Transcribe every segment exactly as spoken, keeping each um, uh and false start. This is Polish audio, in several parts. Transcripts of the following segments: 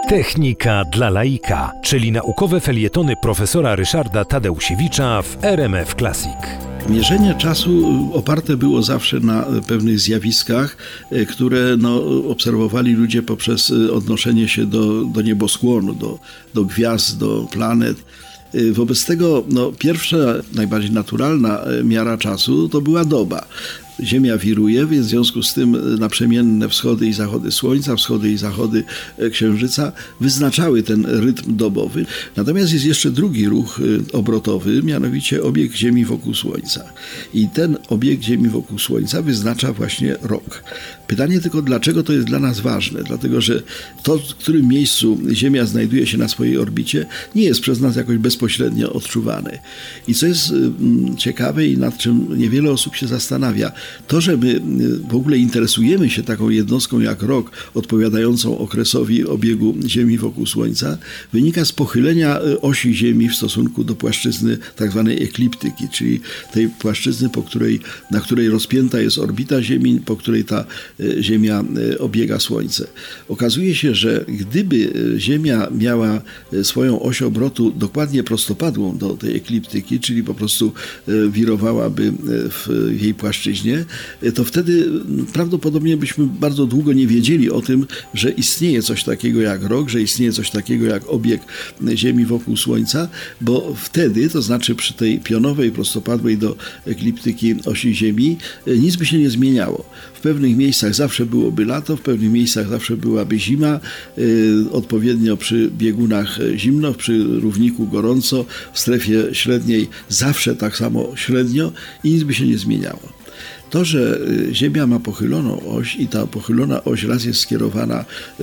Technika dla laika, czyli naukowe felietony profesora Ryszarda Tadeusiewicza w R M F Classic. Mierzenie czasu oparte było zawsze na pewnych zjawiskach, które no, obserwowali ludzie poprzez odnoszenie się do, do nieboskłonu, do, do gwiazd, do planet. Wobec tego no, pierwsza, najbardziej naturalna miara czasu to była doba. Ziemia wiruje, więc w związku z tym naprzemienne wschody i zachody Słońca, wschody i zachody Księżyca wyznaczały ten rytm dobowy. Natomiast jest jeszcze drugi ruch obrotowy, mianowicie obieg Ziemi wokół Słońca. I ten obieg Ziemi wokół Słońca wyznacza właśnie rok. Pytanie tylko, dlaczego to jest dla nas ważne? Dlatego, że to, w którym miejscu Ziemia znajduje się na swojej orbicie, nie jest przez nas jakoś bezpośrednio odczuwane. I co jest ciekawe i nad czym niewiele osób się zastanawia, to, że my w ogóle interesujemy się taką jednostką jak rok, odpowiadającą okresowi obiegu Ziemi wokół Słońca, wynika z pochylenia osi Ziemi w stosunku do płaszczyzny tak zwanej ekliptyki, czyli tej płaszczyzny, po której, na której rozpięta jest orbita Ziemi, po której ta Ziemia obiega Słońce. Okazuje się, że gdyby Ziemia miała swoją oś obrotu dokładnie prostopadłą do tej ekliptyki, czyli po prostu wirowałaby w jej płaszczyźnie, to wtedy prawdopodobnie byśmy bardzo długo nie wiedzieli o tym, że istnieje coś takiego jak rok, że istnieje coś takiego jak obieg Ziemi wokół Słońca, bo wtedy, to znaczy przy tej pionowej, prostopadłej do ekliptyki osi Ziemi, nic by się nie zmieniało. W pewnych miejscach zawsze byłoby lato, w pewnych miejscach zawsze byłaby zima, yy, odpowiednio przy biegunach zimno, przy równiku gorąco, w strefie średniej zawsze tak samo średnio i nic by się nie zmieniało. To, że Ziemia ma pochyloną oś i ta pochylona oś raz jest skierowana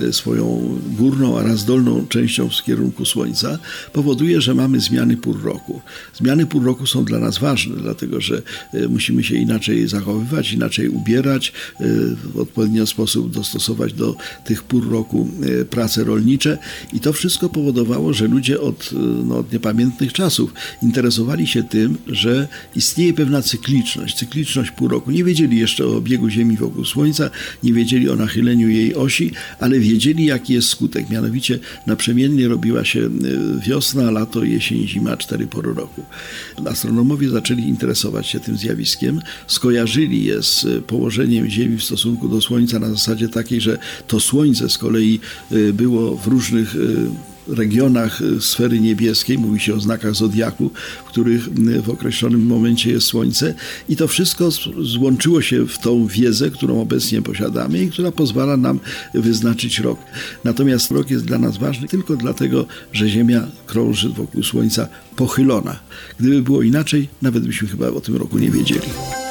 swoją górną, a raz dolną częścią w kierunku Słońca, powoduje, że mamy zmiany pór roku. Zmiany pór roku są dla nas ważne, dlatego że musimy się inaczej zachowywać, inaczej ubierać, w odpowiedni sposób dostosować do tych pór roku prace rolnicze i to wszystko powodowało, że ludzie od, no, od niepamiętnych czasów interesowali się tym, że istnieje pewna cykliczność, cykliczność pór roku. Nie wiedzieli jeszcze o obiegu Ziemi wokół Słońca, nie wiedzieli o nachyleniu jej osi, ale wiedzieli, jaki jest skutek. Mianowicie naprzemiennie robiła się wiosna, lato, jesień, zima, cztery pory roku. Astronomowie zaczęli interesować się tym zjawiskiem, skojarzyli je z położeniem Ziemi w stosunku do Słońca na zasadzie takiej, że to Słońce z kolei było w różnych regionach sfery niebieskiej, mówi się o znakach zodiaku, w których w określonym momencie jest Słońce i to wszystko złączyło się w tą wiedzę, którą obecnie posiadamy i która pozwala nam wyznaczyć rok. Natomiast rok jest dla nas ważny tylko dlatego, że Ziemia krąży wokół Słońca pochylona. Gdyby było inaczej, nawet byśmy chyba o tym roku nie wiedzieli.